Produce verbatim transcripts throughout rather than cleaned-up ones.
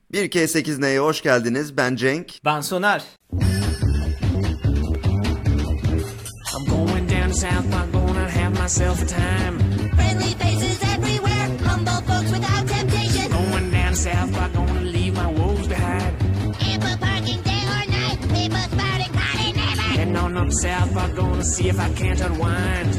bir K sekiz N'ye hoş geldiniz. Ben Cenk. Ben Soner. I'm going down to South Park, gonna have myself a time. Friendly faces everywhere, humble folks without temptation. Going down to South Park, gonna leave my woes behind. Ample parking day or night, people spouting party never. Heading on up to South Park, gonna see if I can't unwind.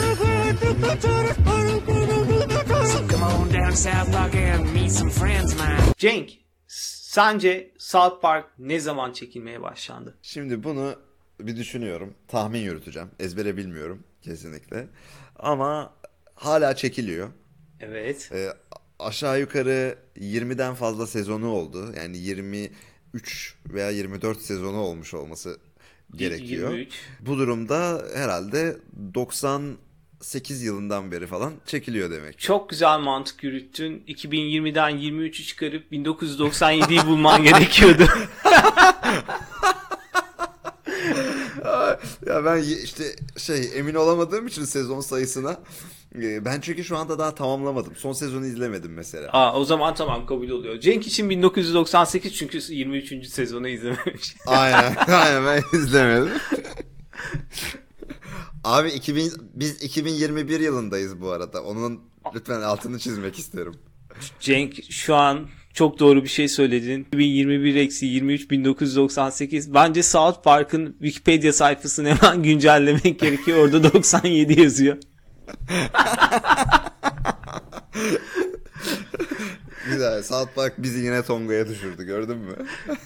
So come on down to South Park and meet some friends of mine. Cenk, sence South Park ne zaman çekilmeye başlandı? Şimdi bunu bir düşünüyorum. Tahmin yürüteceğim. Ezbere bilmiyorum kesinlikle. Ama hala çekiliyor. Evet. Ee, aşağı yukarı yirmiden fazla sezonu oldu. Yani yirmi üç veya yirmi dört sezonu olmuş olması gerekiyor. yirmi üç. Bu durumda herhalde doksan sekiz yılından beri falan çekiliyor demek. Çok güzel mantık yürüttün. iki bin yirmiden yirmi üçü çıkarıp bin dokuz yüz doksan yediyi bulman gerekiyordu. Ya ben işte şey emin olamadığım için sezon sayısına, ben çünkü şu anda daha tamamlamadım. Son sezonu izlemedim mesela. Aa, o zaman tamam, kabul oluyor. Cenk için bin dokuz yüz doksan sekiz çünkü yirmi üçüncü sezonu izlememiş. Aynen, aynen ben izlemedim. Abi iki bin, biz iki bin yirmi bir yılındayız bu arada. Onun lütfen altını çizmek isterim. Cenk, şu an çok doğru bir şey söyledin. iki bin yirmi bir eksi yirmi üç bin dokuz yüz doksan sekiz. Bence South Park'ın Wikipedia sayfasını hemen güncellemek gerekiyor. Orada doksan yedi yazıyor. Güzel. South Park bizi yine Tonga'ya düşürdü, gördün mü?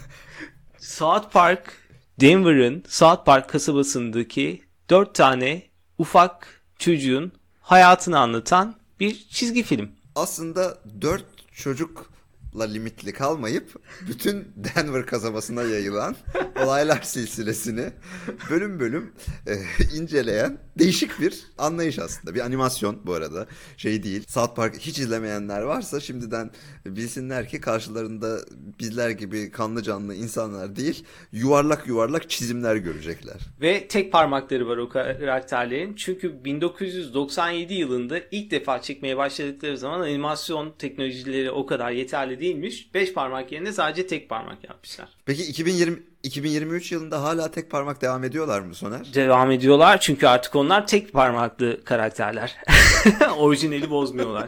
South Park, Denver'ın South Park kasabasındaki dört tane ufak çocuğun hayatını anlatan bir çizgi film. Aslında dört çocukla limitli kalmayıp bütün Denver kasabasına yayılan olaylar silsilesini bölüm bölüm e, inceleyen değişik bir anlayış aslında. Bir animasyon bu arada. Şey değil. South Park hiç izlemeyenler varsa şimdiden bilsinler ki karşılarında bizler gibi kanlı canlı insanlar değil, yuvarlak yuvarlak çizimler görecekler. Ve tek parmakları var o karakterlerin. Çünkü bin dokuz yüz doksan yedi yılında ilk defa çekmeye başladıkları zaman animasyon teknolojileri o kadar yeterli değilmiş. Beş parmak yerine sadece tek parmak yapmışlar. Peki iki bin yirmi, iki bin yirmi üç yılında hala tek parmak devam ediyorlar mı Soner? Devam ediyorlar çünkü artık onlar tek parmaklı karakterler. Orijinali bozmuyorlar.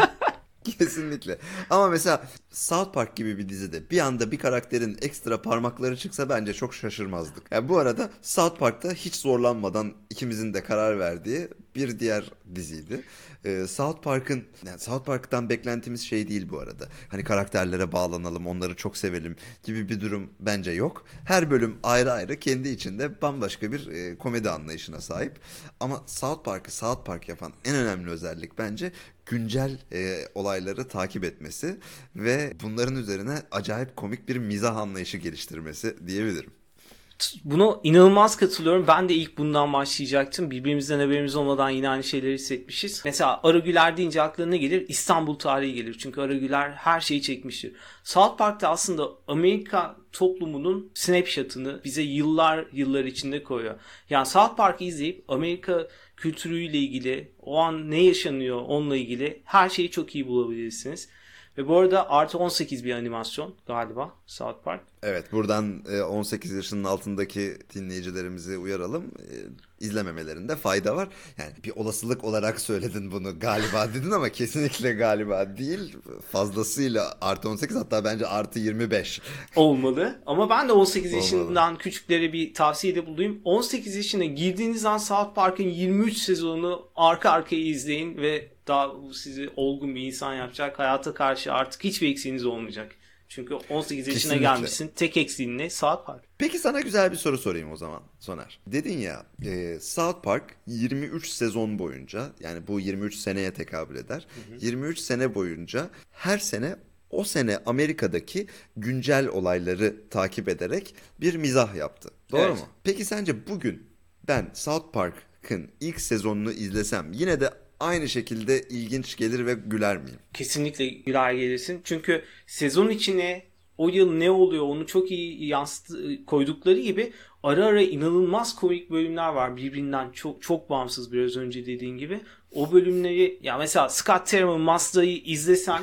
Kesinlikle. Ama mesela South Park gibi bir dizide bir anda bir karakterin ekstra parmakları çıksa bence çok şaşırmazdık. Yani bu arada South Park'ta hiç zorlanmadan ikimizin de karar verdiği bir diğer diziydi. Ee, South Park'ın, yani South Park'tan beklentimiz şey değil bu arada. Hani karakterlere bağlanalım, onları çok sevelim gibi bir durum bence yok. Her bölüm ayrı ayrı kendi içinde bambaşka bir e, komedi anlayışına sahip. Ama South Park'ı South Park yapan en önemli özellik bence güncel e, olayları takip etmesi ve bunların üzerine acayip komik bir mizah anlayışı geliştirmesi diyebilirim. Buna inanılmaz katılıyorum. Ben de ilk bundan başlayacaktım. Birbirimizden haberimiz olmadan yine aynı şeyleri hissetmişiz. Mesela Aragüler deyince aklına ne gelir? İstanbul tarihi gelir. Çünkü Aragüler her şeyi çekmiştir. South Park'ta aslında Amerika toplumunun snapshot'ını bize yıllar yıllar içinde koyuyor. Yani South Park'ı izleyip Amerika kültürüyle ilgili, o an ne yaşanıyor onunla ilgili her şeyi çok iyi bulabilirsiniz. Ve bu arada artı on sekiz bir animasyon galiba South Park. Evet, buradan on sekiz yaşının altındaki dinleyicilerimizi uyaralım. İzlememelerinde fayda var. Yani bir olasılık olarak söyledin bunu, galiba dedin ama kesinlikle galiba değil. Fazlasıyla artı on sekiz, hatta bence artı yirmi beş. Olmalı. Ama ben de on sekiz Olmalı. yaşından küçüklere bir tavsiyede bulunayım. on sekiz yaşına girdiğiniz an South Park'ın yirmi üç sezonunu arka arkaya izleyin ve daha sizi olgun bir insan yapacak. Hayata karşı artık hiçbir eksiğiniz olmayacak. Çünkü on sekiz yaşına Kesinlikle. gelmişsin. Tek eksiğin ne? South Park. Peki sana güzel bir soru sorayım o zaman Soner. Dedin ya e, South Park yirmi üç sezon boyunca, yani bu yirmi üç seneye tekabül eder. Hı hı. yirmi üç sene boyunca her sene o sene Amerika'daki güncel olayları takip ederek bir mizah yaptı. Doğru Evet. mu? Peki sence bugün ben South Park'ın ilk sezonunu izlesem yine de aynı şekilde ilginç gelir ve güler miyim? Kesinlikle güler gelirsin. Çünkü sezon içine o yıl ne oluyor onu çok iyi yansıt koydukları gibi ara ara inanılmaz komik bölümler var. Birbirinden çok çok bağımsız, biraz önce dediğin gibi. O bölümleri, ya mesela Scott Tenor'ın Mazda'yı izlesen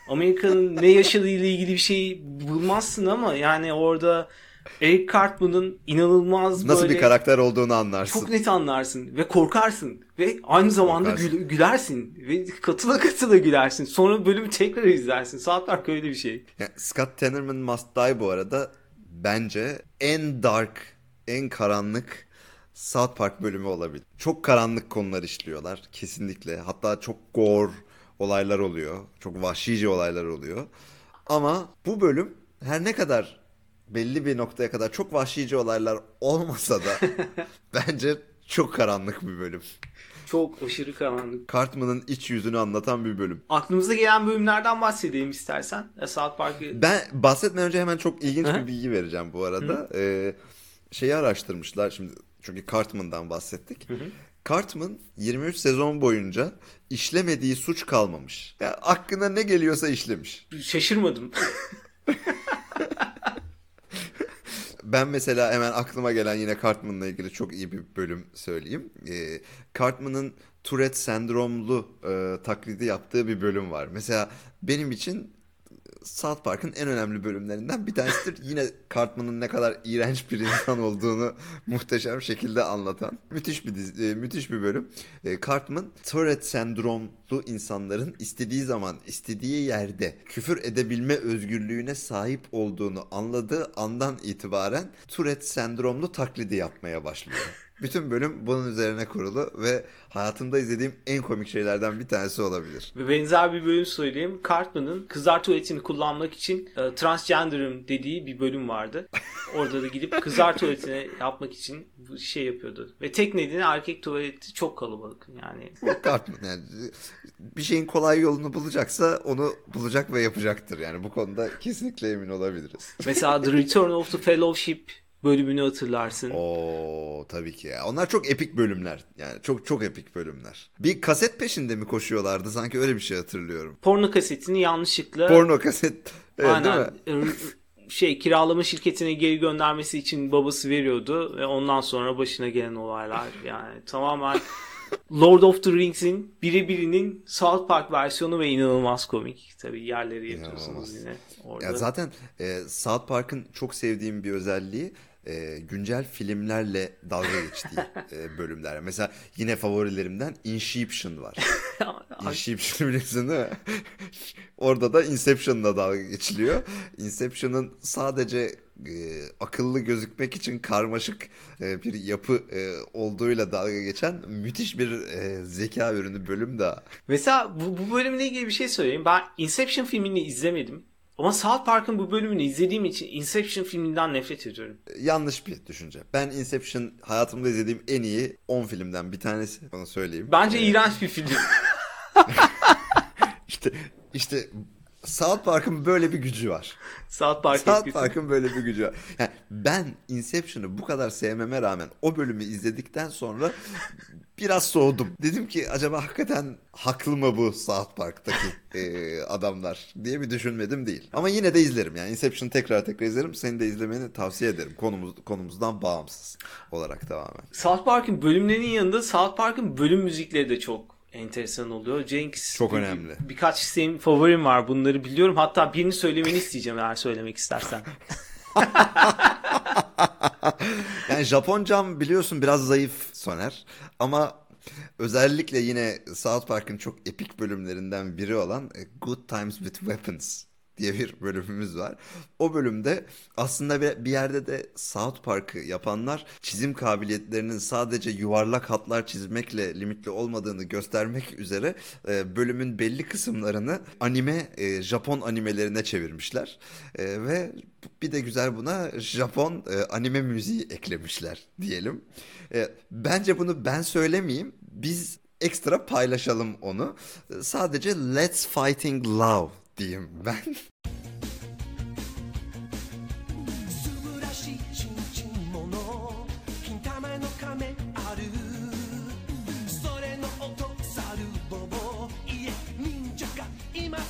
Amerika'nın ne yaşadığıyla ilgili bir şey bulmazsın ama yani orada Eric Cartman'ın inanılmaz Nasıl böyle bir karakter olduğunu anlarsın. çok net anlarsın ve korkarsın ve aynı zamanda Korkarsın. gül- gülersin ve katıla katıla gülersin. Sonra bölümü tekrar izlersin. South Park öyle bir şey. Yani Scott Tenorman Must Die bu arada bence en dark, en karanlık South Park bölümü olabilir. Çok karanlık konular işliyorlar kesinlikle. Hatta çok gore olaylar oluyor. Çok vahşice olaylar oluyor. Ama bu bölüm her ne kadar belli bir noktaya kadar çok vahşice olaylar olmasa da bence çok karanlık bir bölüm. Çok aşırı karanlık. Cartman'ın iç yüzünü anlatan bir bölüm. Aklımıza gelen bölümlerden bahsedelim istersen. E, South Park'ı Ben bahsetmeden önce hemen çok ilginç Hı? bir bilgi vereceğim bu arada. Ee, şeyi araştırmışlar şimdi çünkü Cartman'dan bahsettik. Cartman yirmi üç sezon boyunca işlemediği suç kalmamış. Yani aklına ne geliyorsa işlemiş. şaşırmadım. Ben mesela hemen aklıma gelen yine Cartman'la ilgili çok iyi bir bölüm söyleyeyim. Ee, Cartman'ın Tourette sendromlu e, taklidi yaptığı bir bölüm var. Mesela benim için South Park'ın en önemli bölümlerinden bir tanesidir. Yine Cartman'ın ne kadar iğrenç bir insan olduğunu muhteşem şekilde anlatan müthiş bir dizi, e, müthiş bir bölüm. E, Cartman Tourette sendromlu insanların istediği zaman, istediği yerde küfür edebilme özgürlüğüne sahip olduğunu anladığı andan itibaren Tourette sendromlu taklidi yapmaya başlıyor. Bütün bölüm bunun üzerine kurulu ve hayatımda izlediğim en komik şeylerden bir tanesi olabilir. Ve benzer bir bölüm söyleyeyim. Cartman'ın kızlar tuvaletini kullanmak için e, transgender'ım dediği bir bölüm vardı. Orada da gidip kızlar tuvaletini yapmak için bu şey yapıyordu. Ve tek nedeni erkek tuvaleti çok kalabalık. Yani Cartman yani bir şeyin kolay yolunu bulacaksa onu bulacak ve yapacaktır. Yani bu konuda kesinlikle emin olabiliriz. mesela The Return of the Fellowship bölümünü hatırlarsın. Oo tabii ki ya. Onlar çok epik bölümler. Yani çok çok epik bölümler. Bir kaset peşinde mi koşuyorlardı? Sanki öyle bir şey hatırlıyorum. Porno kasetini yanlışlıkla Porno kaset. Evet, aynen, değil mi? r- şey kiralama şirketine geri göndermesi için babası veriyordu ve ondan sonra başına gelen olaylar yani tamamen Lord of the Rings'in birebirinin South Park versiyonu ve inanılmaz komik. Tabii yerleri yatıyorsunuz İnanılmaz. yine orada. Ya zaten e, South Park'ın çok sevdiğim bir özelliği e, güncel filmlerle dalga geçtiği e, bölümler. Mesela yine favorilerimden Inception var. Inception'ı biliyorsun değil mi? Orada da Inception'la dalga geçiliyor. Inception'ın sadece e, akıllı gözükmek için karmaşık e, bir yapı e, olduğuyla dalga geçen müthiş bir e, zeka ürünü bölüm daha. Mesela bu, bu bölümle ilgili bir şey söyleyeyim. Ben Inception filmini izlemedim. Ama South Park'ın bu bölümünü izlediğim için Inception filminden nefret ediyorum. Yanlış bir düşünce. Ben Inception hayatımda izlediğim en iyi on filmden bir tanesi. Onu söyleyeyim. Bence Ee, iğrenç bir film. İşte işte South Park'ın böyle bir gücü var. South Park South etkisi. Park'ın böyle bir gücü var. Yani ben Inception'ı bu kadar sevmeme rağmen o bölümü izledikten sonra biraz soğudum. Dedim ki acaba hakikaten haklı mı bu South Park'taki e, adamlar diye bir düşünmedim değil. Ama yine de izlerim yani Inception'ı tekrar tekrar izlerim. Seni de izlemeni tavsiye ederim. Konumuz, konumuzdan bağımsız olarak tamamen. South Park'ın bölümlerinin yanında South Park'ın bölüm müzikleri de çok enteresan oluyor. Cengiz Çok bir- önemli. birkaç senin favorim var, bunları biliyorum. Hatta birini söylemeni isteyeceğim eğer söylemek istersen. Yani Japoncam biliyorsun biraz zayıf Soner ama özellikle yine South Park'ın çok epik bölümlerinden biri olan e, Good Times with Weapons diye bir bölümümüz var. O bölümde aslında bir bir yerde de South Park'ı yapanlar çizim kabiliyetlerinin sadece yuvarlak hatlar çizmekle limitli olmadığını göstermek üzere e, bölümün belli kısımlarını anime, e, Japon animelerine çevirmişler. E, ve bir de güzel buna Japon e, anime müziği eklemişler diyelim. E, bence bunu ben söylemeyeyim. Biz ekstra paylaşalım onu. E, sadece Let's Fighting Love diyeyim ben. 素晴らしいちんちんもの金玉の亀あるそれの音サルボボいえ忍者がいます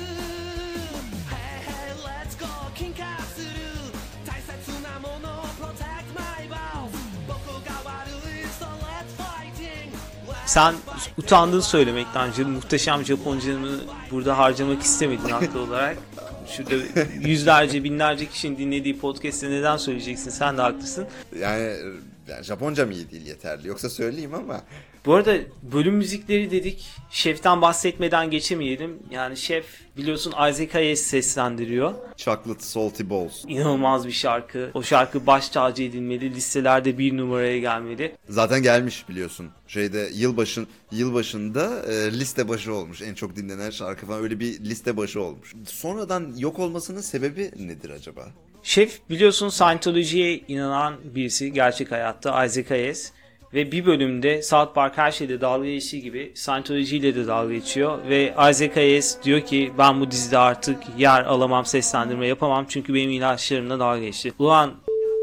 Hey hey let's go 金化する大切なもの Protect my vows 僕が悪い So let's fighting Let's Sen utandın söylemekten canım. Muhteşem Japoncamı burada harcamak istemedin haklı olarak. Şurada yüzlerce binlerce kişinin dinlediği podcast'te neden söyleyeceksin? Sen de haklısın. Yani, yani Japoncam iyi değil yeterli. Yoksa söyleyeyim ama. Bu arada bölüm müzikleri dedik. Şef'ten bahsetmeden geçemeyelim. Yani Şef biliyorsun Isaac Hayes seslendiriyor. Chocolate Salty Balls. İnanılmaz bir şarkı. O şarkı baş tacı edilmeli. Listelerde bir numaraya gelmeli. Zaten gelmiş biliyorsun. Şeyde yılbaşın yılbaşında e, liste başı olmuş. En çok dinlenen şarkı falan, öyle bir liste başı olmuş. Sonradan yok olmasının sebebi nedir acaba? Şef biliyorsun Scientology'ye inanan birisi gerçek hayatta, Isaac Hayes. Ve bir bölümde South Park her şeyde dalga geçtiği gibi Scientology ile de dalga geçiyor. Ve Isaac Hayes diyor ki ben bu dizide artık yer alamam, seslendirme yapamam çünkü benim ilaçlarımla dalga geçti. Ulan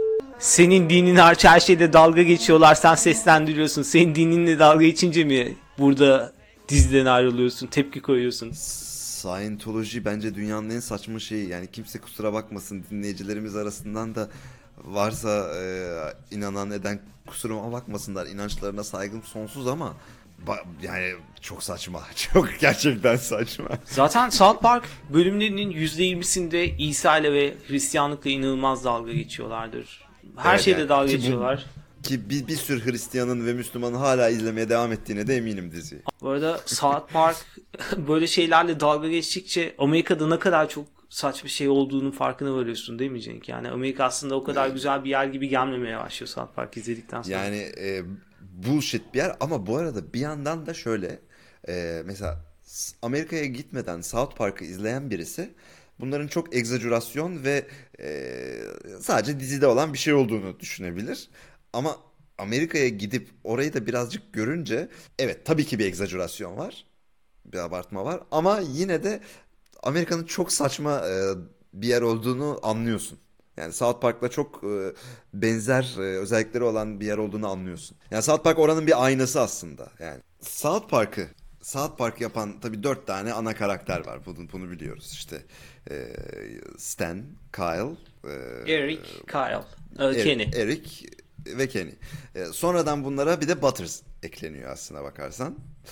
senin dinin hariç her şeyde dalga geçiyorlar, sen seslendiriyorsun. Senin dininle dalga geçince mi burada diziden ayrılıyorsun, tepki koyuyorsun? Scientology bence dünyanın en saçma şeyi. Yani kimse kusura bakmasın, dinleyicilerimiz arasından da varsa e, inanan eden kusuruma bakmasınlar. İnançlarına saygım sonsuz ama ba- yani çok saçma. Çok gerçekten saçma. Zaten South Park bölümlerinin yüzde yirmisinde İsa ile ve Hristiyanlıkla inanılmaz dalga geçiyorlardır. Her Evet, şeyde yani dalga ki bu- geçiyorlar. Ki bir, bir sürü Hristiyanın ve Müslümanın hala izlemeye devam ettiğine de eminim diziyi. Bu arada South Park böyle şeylerle dalga geçtikçe Amerika'da ne kadar çok saçma şey olduğunun farkına varıyorsun değil mi Cenk? Yani Amerika aslında o kadar güzel bir yer gibi gelmemeye başlıyor South Park izledikten sonra. Yani e, bullshit bir yer ama bu arada bir yandan da şöyle e, mesela s- Amerika'ya gitmeden South Park'ı izleyen birisi bunların çok egzajürasyon ve e, sadece dizide olan bir şey olduğunu düşünebilir. Ama Amerika'ya gidip orayı da birazcık görünce evet, tabii ki bir egzajürasyon var, bir abartma var ama yine de Amerika'nın çok saçma e, bir yer olduğunu anlıyorsun. Yani South Park'la çok e, benzer e, özellikleri olan bir yer olduğunu anlıyorsun. Yani South Park oranın bir aynası aslında. Yani South Park'ı South Park yapan tabii dört tane ana karakter var. Bunu, bunu biliyoruz işte. E, Stan, Kyle, e, Eric, Kyle, e, Eric, Kenny. Eric ve Kenny. E, sonradan bunlara bir de Butters ekleniyor aslına bakarsan.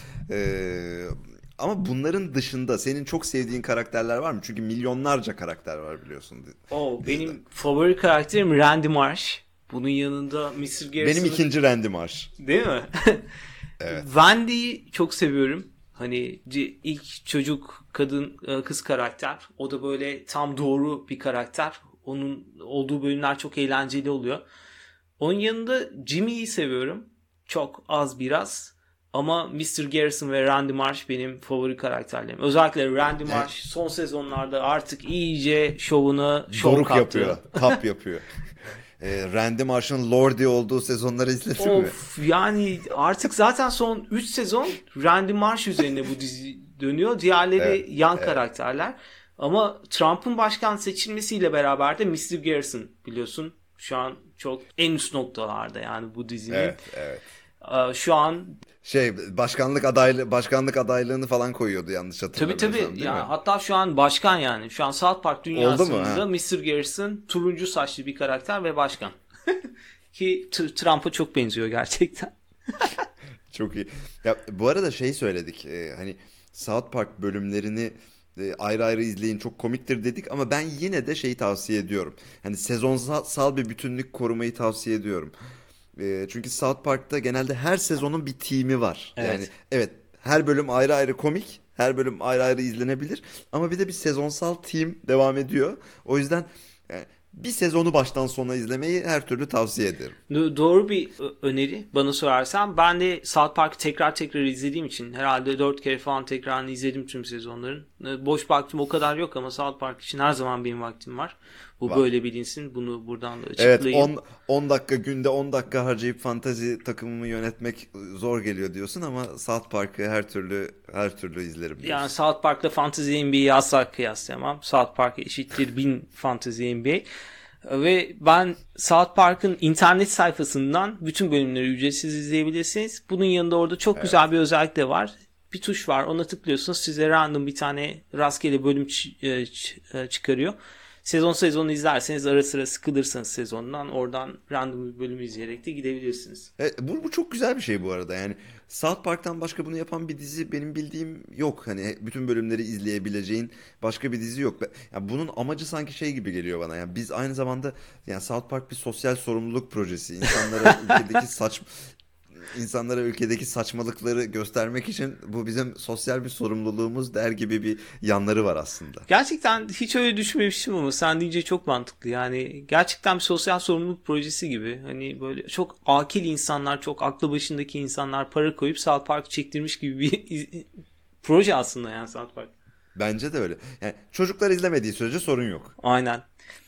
E, ama bunların dışında senin çok sevdiğin karakterler var mı? Çünkü milyonlarca karakter var biliyorsun. Oh, benim favori karakterim Randy Marsh. Bunun yanında mister Garrison. Benim ikinci Randy Marsh. Değil mi? Evet. Wendy'yi çok seviyorum. Hani c- ilk çocuk kadın e, kız karakter. O da böyle tam doğru bir karakter. Onun olduğu bölümler çok eğlenceli oluyor. Onun yanında Jimmy'yi seviyorum. Çok az biraz. Ama mister Garrison ve Randy Marsh benim favori karakterlerim. Özellikle Randy Marsh son sezonlarda artık iyice şovuna şov Doruk kattı. yapıyor. Kap yapıyor. E, Randy Marsh'ın Lordi olduğu sezonları izledin mi? Of, yani artık zaten son üç sezon Randy Marsh üzerine bu dizi dönüyor. Diğerleri Evet, yan evet. karakterler. Ama Trump'ın başkan seçilmesiyle beraber de mister Garrison biliyorsun şu an çok en üst noktalarda yani bu dizinin. Evet, evet. Ee, Şu an Şey, başkanlık adaylı başkanlık adaylığını falan koyuyordu yanlış tabii hatırlamıyorsam, tabii değil yani mi? hatta şu an başkan yani. Şu an South Park Oldu mu? dünyasında Ha. mister Garrison turuncu saçlı bir karakter ve başkan. Ki T- Trump'a çok benziyor gerçekten. Çok iyi. Ya bu arada şey söyledik. e, hani South Park bölümlerini e, ayrı ayrı izleyin, çok komiktir dedik ama ben yine de şeyi tavsiye ediyorum. Hani sezonsal bir bütünlük korumayı tavsiye ediyorum. E, çünkü South Park'ta genelde her sezonun bir team'i var. Evet. Yani evet, her bölüm ayrı ayrı komik, her bölüm ayrı ayrı izlenebilir ama bir de bir sezonsal team devam ediyor. O yüzden yani bir sezonu baştan sona izlemeyi her türlü tavsiye ederim. Do- Doğru bir ö- öneri bana sorarsan. Ben de South Park'ı tekrar tekrar izlediğim için herhalde dört kere falan tekrarını izledim tüm sezonların. E, Boş vaktim o kadar yok ama South Park için her zaman benim vaktim var. Bu Var. böyle bilinsin. Bunu buradan da Evet, açıklayayım. on dakika günde on dakika harcayıp fantazi takımımı yönetmek zor geliyor diyorsun ama South Park'ı her türlü her türlü izlerim diyorsun. Yani South Park'la Fantasy N B A'yi asla kıyaslayamam. South Park eşittir bin Fantasy N B A. Ve ben South Park'ın internet sayfasından bütün bölümleri ücretsiz izleyebilirsiniz. Bunun yanında orada çok güzel bir özellik de var. Bir tuş var. Ona tıklıyorsunuz. Size random bir tane rastgele bölüm ç- e, ç- e, çıkarıyor. sezon sezon izlerseniz ara sıra sıkılırsanız sezondan oradan random bir bölümü izleyerek de gidebilirsiniz. E, bu, bu çok güzel bir şey bu arada. Yani South Park'tan başka bunu yapan bir dizi benim bildiğim yok. Hani bütün bölümleri izleyebileceğin başka bir dizi yok. Yani bunun amacı sanki şey gibi geliyor bana. Yani biz aynı zamanda yani South Park bir sosyal sorumluluk projesi. İnsanlara ülkedeki saç insanlara ülkedeki saçmalıkları göstermek için bu bizim sosyal bir sorumluluğumuz der gibi bir yanları var aslında. Gerçekten hiç öyle düşünmemiştim ama sen deyince çok mantıklı. Yani gerçekten bir sosyal sorumluluk projesi gibi. Hani böyle çok akil insanlar, çok aklı başındaki insanlar para koyup South Park çektirmiş gibi bir proje aslında yani South Park. Bence de öyle. Yani çocuklar izlemediği sürece sorun yok. Aynen.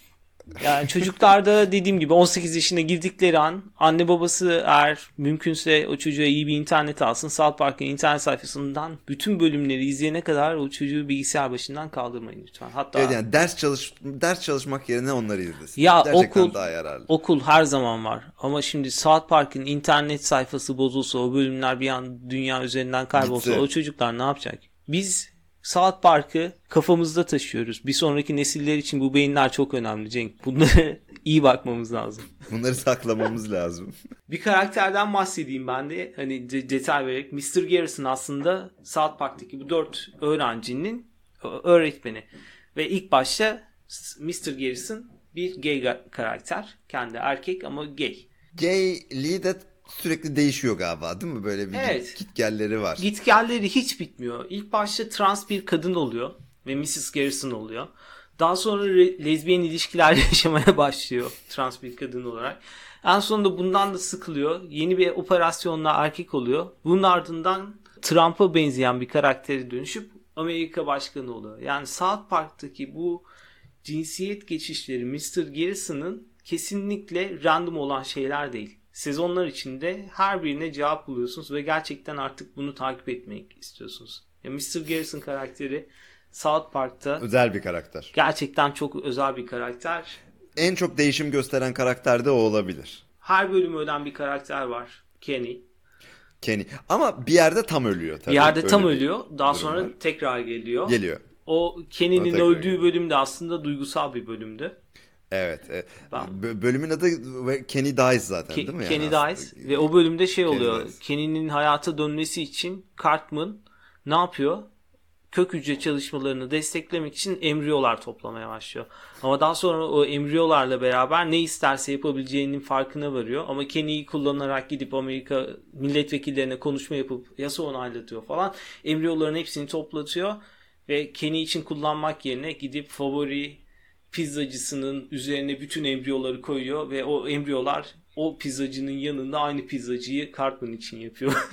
Yani çocuklarda dediğim gibi on sekiz yaşına girdikleri an anne babası eğer mümkünse o çocuğa iyi bir internet alsın. South Park'ın internet sayfasından bütün bölümleri izleyene kadar o çocuğu bilgisayar başından kaldırmayın lütfen. Hatta Evet, yani ders çalış ders çalışmak yerine onları izlesin. ya Gerçekten okul daha yararlı. okul her zaman var ama şimdi South Park'ın internet sayfası bozulsa, o bölümler bir an dünya üzerinden kaybolsa Gitti. o çocuklar ne yapacak? Biz South Park'ı kafamızda taşıyoruz. Bir sonraki nesiller için bu beyinler çok önemli Cenk. Bunlara iyi bakmamız lazım. Bunları saklamamız lazım. Bir karakterden bahsedeyim ben de. Hani de- detay vererek. mister Garrison aslında South Park'taki bu dört öğrencinin ö- öğretmeni. Ve ilk başta mister Garrison bir gay ga- karakter. Kendi erkek ama gay. Gayliği de sürekli değişiyor galiba, değil mi? Böyle bir Evet. gitgelleri var. Gitgelleri hiç bitmiyor. İlk başta trans bir kadın oluyor ve missus Garrison oluyor. Daha sonra re- lezbiyen ilişkiler yaşamaya başlıyor trans bir kadın olarak. En sonunda bundan da sıkılıyor. Yeni bir operasyonla erkek oluyor. Bunun ardından Trump'a benzeyen bir karaktere dönüşüp Amerika başkanı oluyor. Yani South Park'taki bu cinsiyet geçişleri mister Garrison'ın kesinlikle random olan şeyler değil. Sezonlar içinde her birine cevap buluyorsunuz ve gerçekten artık bunu takip etmek istiyorsunuz. Ya mister Garrison karakteri South Park'ta Özel bir karakter. gerçekten çok özel bir karakter. En çok değişim gösteren karakter de o olabilir. Her bölüm ölen bir karakter var. Kenny. Kenny. Ama bir yerde tam ölüyor tabii. Bir yerde Öyle tam bir ölüyor. Daha durum sonra var. tekrar geliyor. Geliyor. O O Kenny'nin tekrar öldüğü geliyor. bölüm de aslında duygusal bir bölümdü. Evet. evet. Ben- Bö- Bölümün adı ve Kenny Dies zaten, Ke- değil mi? Yani Kenny aslında? Dies ve o bölümde şey Kenny oluyor. Dies. Kenny'nin hayata dönmesi için Cartman ne yapıyor? Kök hücre çalışmalarını desteklemek için embriyolar toplamaya başlıyor. Ama daha sonra o embriyolarla beraber ne isterse yapabileceğinin farkına varıyor. Ama Kenny'yi kullanarak gidip Amerika milletvekillerine konuşma yapıp yasa onaylatıyor falan. Embriyoların hepsini toplatıyor ve Kenny için kullanmak yerine gidip favori pizzacısının üzerine bütün embriyoları koyuyor ve o embriyolar o pizzacının yanında aynı pizzacıyı Cartman için yapıyor.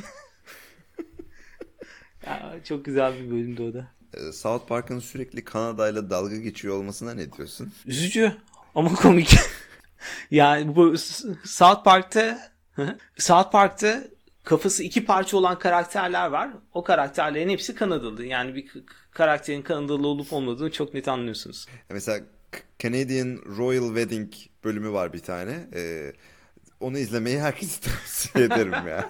Ya, çok güzel bir bölümdü o da. Ee, South Park'ın sürekli Kanada'yla dalga geçiyor olmasına ne diyorsun? Üzücü ama komik. Yani bu S- South Park'ta South Park'ta kafası iki parça olan karakterler var. O karakterlerin hepsi Kanadalı. Yani bir k- karakterin Kanadalı olup olmadığını çok net anlıyorsunuz. Mesela K- Canadian Royal Wedding bölümü var bir tane. Ee, onu izlemeyi herkese tavsiye ederim ya.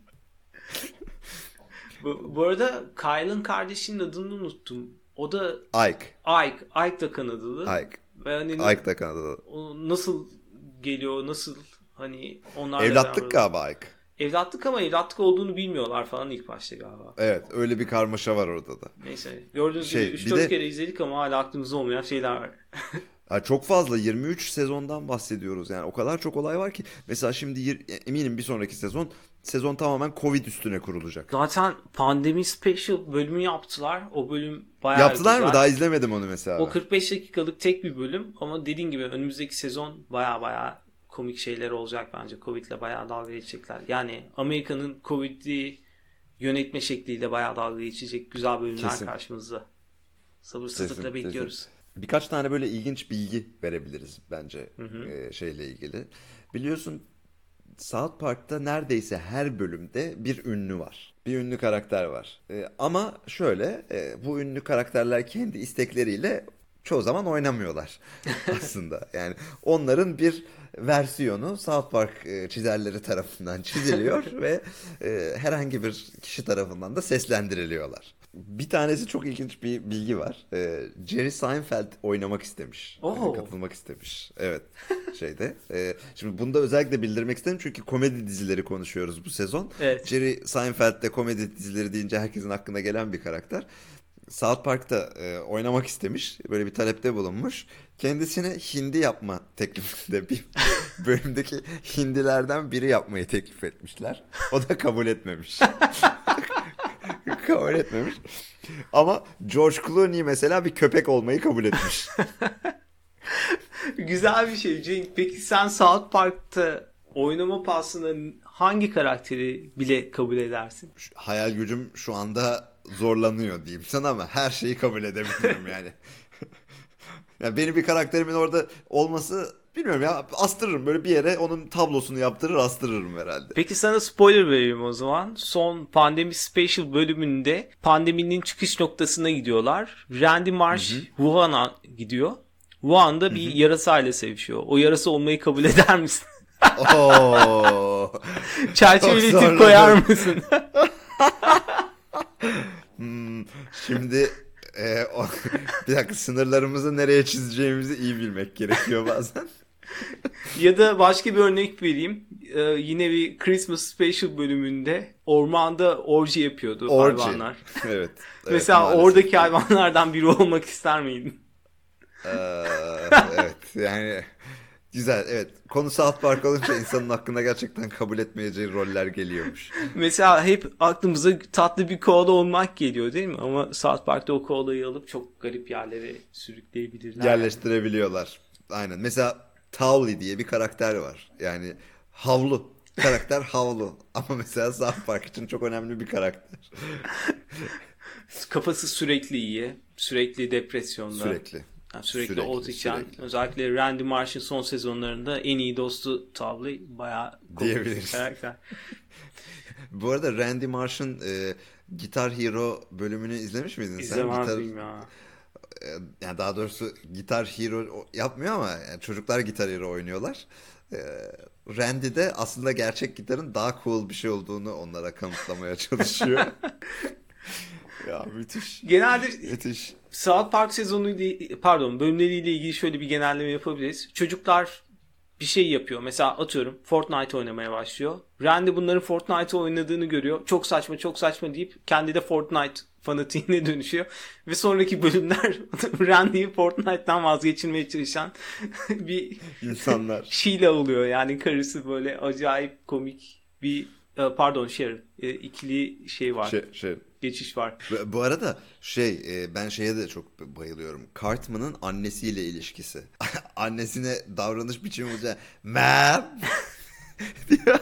Bu, bu arada Kyle'ın kardeşinin adını unuttum. O da Ike. Ike. Ike da Kanadalı. Ike. Ve hani Ike da Kanadalı. o nasıl geliyor, nasıl hani onlar Evlatlık galiba Ike. Evlatlık ama evlatlık olduğunu bilmiyorlar falan ilk başta galiba. Evet, öyle bir karmaşa var orada da. Neyse. Gördüğünüz Şey, gibi üç bir dört de- kere izledik ama hala aklımızda olmayan şeyler var. Ha, çok fazla, yirmi üç sezondan bahsediyoruz yani, o kadar çok olay var ki. Mesela şimdi yir- eminim bir sonraki sezon sezon tamamen Covid üstüne kurulacak. Zaten pandemi special bölümü yaptılar. O bölüm bayağı Yaptılar güzel. mı? Daha izlemedim onu mesela. O ben. kırk beş dakikalık tek bir bölüm ama dediğin gibi önümüzdeki sezon bayağı bayağı komik şeyler olacak bence. Covid'le bayağı dalga geçecekler. Yani Amerika'nın Covid'i yönetme şekliyle bayağı dalga geçecek güzel bölümler Kesin. karşımızda. Sabırsızlıkla Kesin, bekliyoruz. kesin. Birkaç tane böyle ilginç bilgi verebiliriz bence e, şeyle ilgili. Biliyorsun South Park'ta neredeyse her bölümde bir ünlü var. Bir ünlü karakter var. E, ama şöyle e, bu ünlü karakterler kendi istekleriyle çoğu zaman oynamıyorlar aslında. Yani onların bir versiyonu South Park e, çizerleri tarafından çiziliyor ve e, herhangi bir kişi tarafından da seslendiriliyorlar. Bir tanesi çok ilginç bir bilgi var. Ee, Jerry Seinfeld oynamak istemiş. Oo. Yani katılmak istemiş. Evet. Şeyde. Ee, şimdi bunu da özellikle bildirmek istedim çünkü komedi dizileri konuşuyoruz bu sezon. Evet. Jerry Seinfeld de komedi dizileri deyince herkesin aklına gelen bir karakter. South Park'ta e, oynamak istemiş. Böyle bir talepte bulunmuş. Kendisine hindi yapma teklifinde bir bölümdeki hindilerden biri yapmayı teklif etmişler. O da kabul etmemiş. Kabul etmemiş. Ama George Clooney mesela bir köpek olmayı kabul etmiş. Güzel bir şey Cenk. Peki sen South Park'ta oynama pahasına hangi karakteri bile kabul edersin? Şu- Hayal gücüm şu anda zorlanıyor diyeyim sana ama her şeyi kabul edebilirim yani. Yani benim bir karakterimin orada olması bilmiyorum ya, astırırım böyle bir yere, onun tablosunu yaptırır astırırım herhalde. Peki sana spoiler vereyim o zaman. Son pandemi special bölümünde pandeminin çıkış noktasına gidiyorlar. Randy Marsh Wuhan'a gidiyor. Wuhan'da bir yarasayla sevişiyor. O yarasa olmayı kabul eder misin? Oo. Çerçeveleyip Çok zorladım. koyar mısın? Hmm, şimdi e, o, bir dakika, sınırlarımızı nereye çizeceğimizi iyi bilmek gerekiyor bazen. Ya da başka bir örnek vereyim. Ee, yine bir Christmas special bölümünde ormanda orji yapıyordu Orji. hayvanlar. Evet. evet, Mesela maalesef. oradaki hayvanlardan biri olmak ister miydin? Ee, evet yani güzel, evet. Konu South Park olunca insanın aklına gerçekten kabul etmeyeceği roller geliyormuş. Mesela hep aklımıza tatlı bir koala olmak geliyor değil mi? Ama South Park'ta o koalayı alıp çok garip yerlere sürükleyebilirler. Yerleştirebiliyorlar. Aynen. Mesela Towley diye bir karakter var. Yani havlu. Karakter havlu. Ama mesela South Park için çok önemli bir karakter. Kafası sürekli iyi. Sürekli depresyonda. Sürekli. Yani sürekli, Sürekli, ot içen. sürekli. Özellikle Randy Marsh'ın son sezonlarında en iyi dostu Tavley. Bayağı komik bir Diyebiliriz. karakter. Bu arada Randy Marsh'ın e, Guitar Hero bölümünü izlemiş miydin sen? İzlemez Gitar, miyim ya? e, yani daha doğrusu Guitar Hero o- yapmıyor ama yani çocuklar Guitar Hero oynuyorlar. E, Randy de aslında gerçek gitarın daha cool bir şey olduğunu onlara kanıtlamaya çalışıyor. Ya müthiş. Genelde Müthiş. South Park sezonu pardon bölümleriyle ilgili şöyle bir genelleme yapabiliriz. Çocuklar bir şey yapıyor. Mesela atıyorum Fortnite oynamaya başlıyor. Randy bunların Fortnite oynadığını görüyor. Çok saçma çok saçma deyip kendi de Fortnite fanatiğine dönüşüyor. Ve sonraki bölümler Randy'yi Fortnite'dan vazgeçirmeye çalışan bir İnsanlar. Sheila oluyor. Yani karısı böyle acayip komik bir pardon Sharon ikili şey var. Şey, şey. Geçiş var. Bu- Bu arada şey e, ben şeye de çok bayılıyorum. Cartman'ın annesiyle ilişkisi. Annesine davranış biçimi olacak. Ma'am. diyor.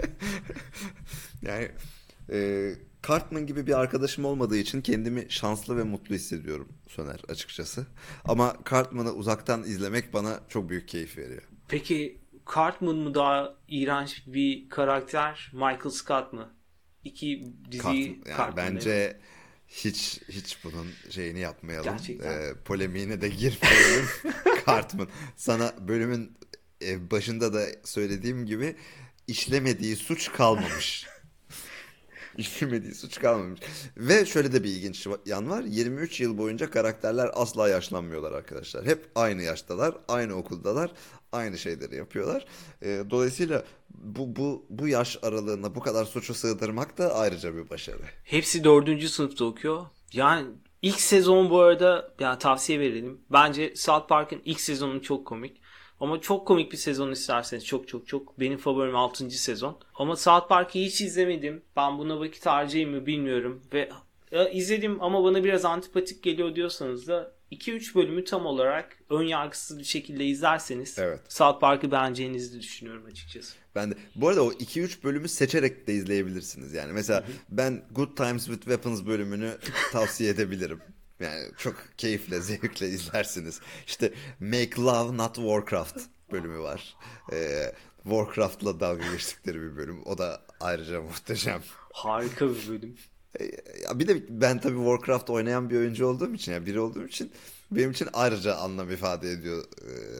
Yani e, Cartman gibi bir arkadaşım olmadığı için kendimi şanslı ve mutlu hissediyorum Soner, açıkçası. Ama Cartman'ı uzaktan izlemek bana çok büyük keyif veriyor. Peki Cartman mı daha iğrenç bir karakter, Michael Scott mı? İki diziyi Cartman, yani Cartman bence hiç hiç bunun şeyini yapmayalım. Gerçekten. Ee, polemiğine de girmeyelim. Cartman. Sana bölümün e, başında da söylediğim gibi işlemediği suç kalmamış. İşlemediği suç kalmamış. Ve şöyle de bir ilginç yan var. yirmi üç yıl boyunca karakterler asla yaşlanmıyorlar arkadaşlar. Hep aynı yaştalar, aynı okuldalar, aynı şeyleri yapıyorlar. Ee, dolayısıyla bu bu bu yaş aralığına bu kadar suçu sığdırmak da ayrıca bir başarı. Hepsi dördüncü sınıfta okuyor. Yani ilk sezon bu arada yani tavsiye verelim. Bence South Park'ın ilk sezonu çok komik. Ama çok komik bir sezon isterseniz çok çok çok. Benim favorim altıncı sezon. Ama South Park'ı hiç izlemedim. Ben buna vakit harcayayım mı bilmiyorum. Ve ya, izledim ama bana biraz antipatik geliyor diyorsanız da iki üç bölümü tam olarak ön yargısız bir şekilde izlerseniz Evet. South Park'ı beğeneceğinizi düşünüyorum açıkçası. Ben de bu arada o iki üç bölümü seçerek de izleyebilirsiniz yani. Mesela ben Good Times with Weapons bölümünü tavsiye edebilirim. Yani çok keyifle, zevkle izlersiniz. İşte Make Love Not Warcraft bölümü var. Ee, Warcraft'la dalga geçtikleri bir bölüm. O da ayrıca muhteşem. Harika bir bölüm. Ee, ya bir de ben tabii Warcraft oynayan bir oyuncu olduğum için, yani biri olduğum için benim için ayrıca anlam ifade ediyor e,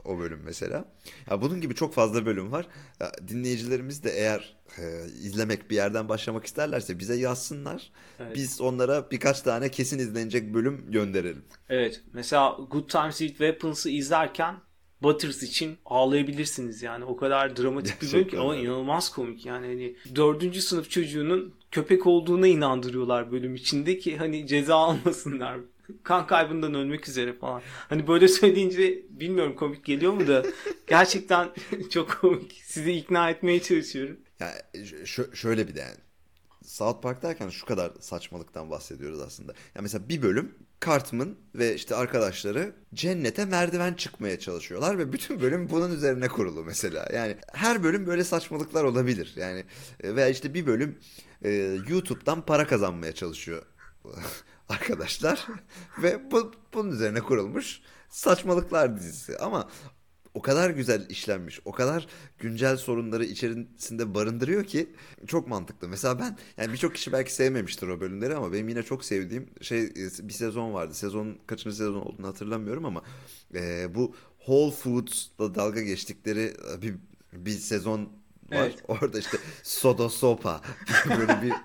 o bölüm mesela. Ya bunun gibi çok fazla bölüm var. Ya dinleyicilerimiz de eğer e, izlemek bir yerden başlamak isterlerse bize yazsınlar. Evet. Biz onlara birkaç tane kesin izlenecek bölüm gönderelim. Evet. Mesela Good Times with Weapons'ı izlerken Butters için ağlayabilirsiniz yani. O kadar dramatik bir bölüm ki Gerçekten ama öyle. inanılmaz komik. Yani hani dördüncü sınıf çocuğunun köpek olduğuna inandırıyorlar bölüm içinde ki hani ceza almasınlar. Kan kaybından ölmek üzere falan. Hani böyle söyleyince bilmiyorum komik geliyor mu da gerçekten çok komik. Sizi ikna etmeye çalışıyorum. Ya ş- şöyle bir de yani. South Park derken şu kadar saçmalıktan bahsediyoruz aslında. Ya mesela bir bölüm Cartman ve işte arkadaşları cennete merdiven çıkmaya çalışıyorlar ve bütün bölüm bunun üzerine kurulu mesela. Yani her bölüm böyle saçmalıklar olabilir. Yani e, veya işte bir bölüm e, YouTube'dan para kazanmaya çalışıyor arkadaşlar ve bu, bunun üzerine kurulmuş saçmalıklar dizisi. Ama o kadar güzel işlenmiş, o kadar güncel sorunları içerisinde barındırıyor ki çok mantıklı. Mesela ben, yani birçok kişi belki sevmemiştir o bölümleri ama benim yine çok sevdiğim şey bir sezon vardı. Sezon kaçıncı sezon olduğunu hatırlamıyorum ama e, bu Whole Foods'la dalga geçtikleri bir, bir sezon var. Evet. Orada işte Soda Sopa diye böyle bir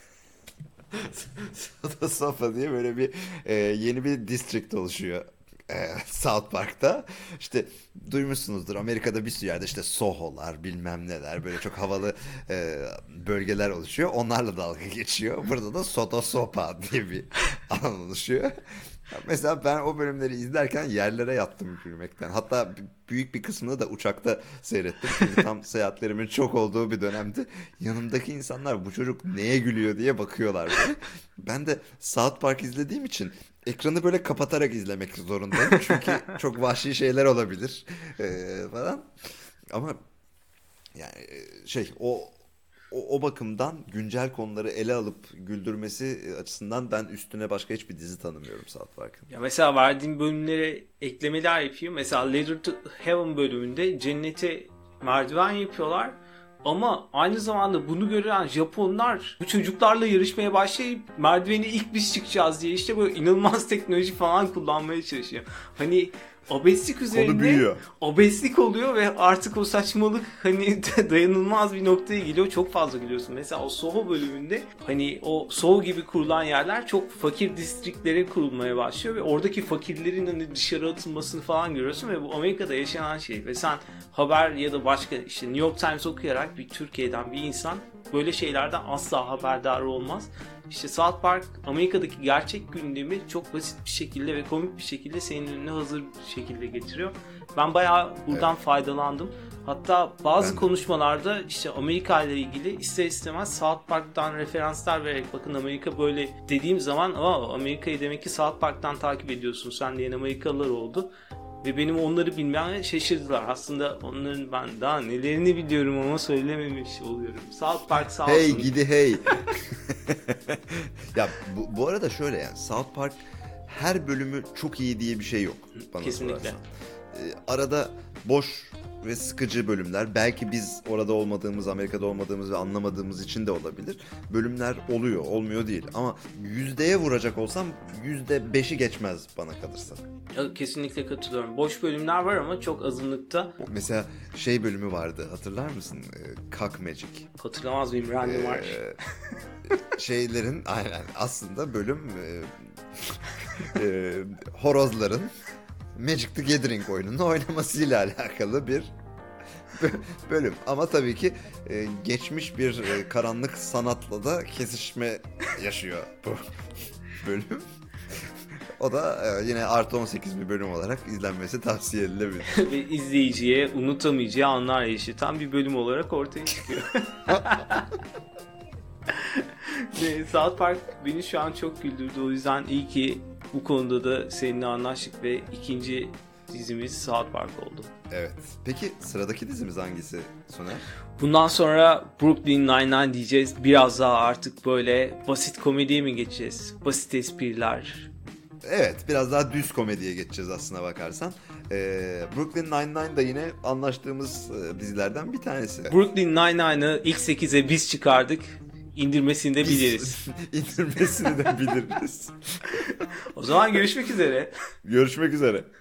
Soda Sopa diye böyle bir e, yeni bir district oluşuyor. e, South Park'ta. İşte duymuşsunuzdur, Amerika'da bir sürü yerde işte Soho'lar bilmem neler böyle çok havalı e, bölgeler oluşuyor. Onlarla dalga geçiyor. Burada da Soda Sopa diye bir alan oluşuyor. Mesela ben o bölümleri izlerken yerlere yattım gülmekten. Hatta b- büyük bir kısmını da uçakta seyrettim. Çünkü tam seyahatlerimin çok olduğu bir dönemdi. Yanımdaki insanlar bu çocuk neye gülüyor diye bakıyorlar böyle. Ben de South Park izlediğim için ekranı böyle kapatarak izlemek zorundayım. Çünkü çok vahşi şeyler olabilir ee, falan. Ama yani e, şey o o, o bakımdan güncel konuları ele alıp güldürmesi açısından ben üstüne başka hiçbir dizi tanımıyorum South Park'ın. Ya mesela verdiğim bölümlere eklemeler yapıyor. Mesela Ladder to Heaven bölümünde cennete merdiven yapıyorlar. Ama aynı zamanda bunu gören Japonlar bu çocuklarla yarışmaya başlayıp merdiveni ilk biz çıkacağız diye işte böyle inanılmaz teknoloji falan kullanmaya çalışıyor. Hani obezlik üzerinde büyüyor. obezlik oluyor ve artık o saçmalık hani dayanılmaz bir noktaya geliyor. Çok fazla gülüyorsun. Mesela o Soho bölümünde hani o Soho gibi kurulan yerler çok fakir distriklere kurulmaya başlıyor ve oradaki fakirlerin hani dışarı atılmasını falan görüyorsun ve bu Amerika'da yaşanan şey ve sen haber ya da başka işte New York Times okuyarak bir Türkiye'den bir insan böyle şeylerden asla haberdar olmaz. İşte South Park Amerika'daki gerçek gündemi çok basit bir şekilde ve komik bir şekilde senin önüne hazır bir şekilde getiriyor. Ben bayağı buradan evet. faydalandım. Hatta bazı Ben... konuşmalarda işte Amerika ile ilgili ister istemez South Park'tan referanslar vererek bakın Amerika böyle dediğim zaman ama Amerika'yı demek ki South Park'tan takip ediyorsun sen diyen Amerikalılar oldu. Ve benim onları bilmem şaşırdılar. Aslında onların ben daha nelerini biliyorum ama söylememiş oluyorum. South Park sağ olsun. Hey gidi hey. Ya bu, bu arada şöyle yani South Park her bölümü çok iyi diye bir şey yok bana Kesinlikle. sorarsan. Ee, arada boş ve sıkıcı bölümler. Belki biz orada olmadığımız, Amerika'da olmadığımız ve anlamadığımız için de olabilir. Bölümler oluyor, olmuyor değil. Ama yüzdeye vuracak olsam yüzde beşi geçmez bana kalırsa. Kesinlikle katılıyorum. Boş bölümler var ama çok azınlıkta. Mesela şey bölümü vardı, hatırlar mısın? Ee, Cock Magic. Hatırlamaz mıyım? Random March. Ee, şeylerin aynen aslında bölüm e, e, horozların Magic the Gathering oyununu oynamasıyla alakalı bir bölüm. Ama tabii ki e, geçmiş bir e, karanlık sanatla da kesişme yaşıyor bu bölüm. O da e, yine artı on sekiz bir bölüm olarak izlenmesi tavsiye edilebilir. Ve izleyiciye unutamayacağı anlar yaşatan bir bölüm olarak ortaya çıkıyor. South Park beni şu an çok güldürdü. O yüzden iyi ki bu konuda da seninle anlaştık ve ikinci dizimiz South Park oldu. Evet. Peki sıradaki dizimiz hangisi Soner? Bundan sonra Brooklyn Nine-Nine diyeceğiz. Biraz daha artık böyle basit komediye mi geçeceğiz? Basit espriler. Evet, biraz daha düz komediye geçeceğiz aslına bakarsan. Ee, Brooklyn Nine-Nine da yine anlaştığımız e, dizilerden bir tanesi. Brooklyn Nine-Nine'ı ilk sekize biz çıkardık. İndirmesini de biliriz. İndirmesini de biliriz. O zaman görüşmek üzere. Görüşmek üzere.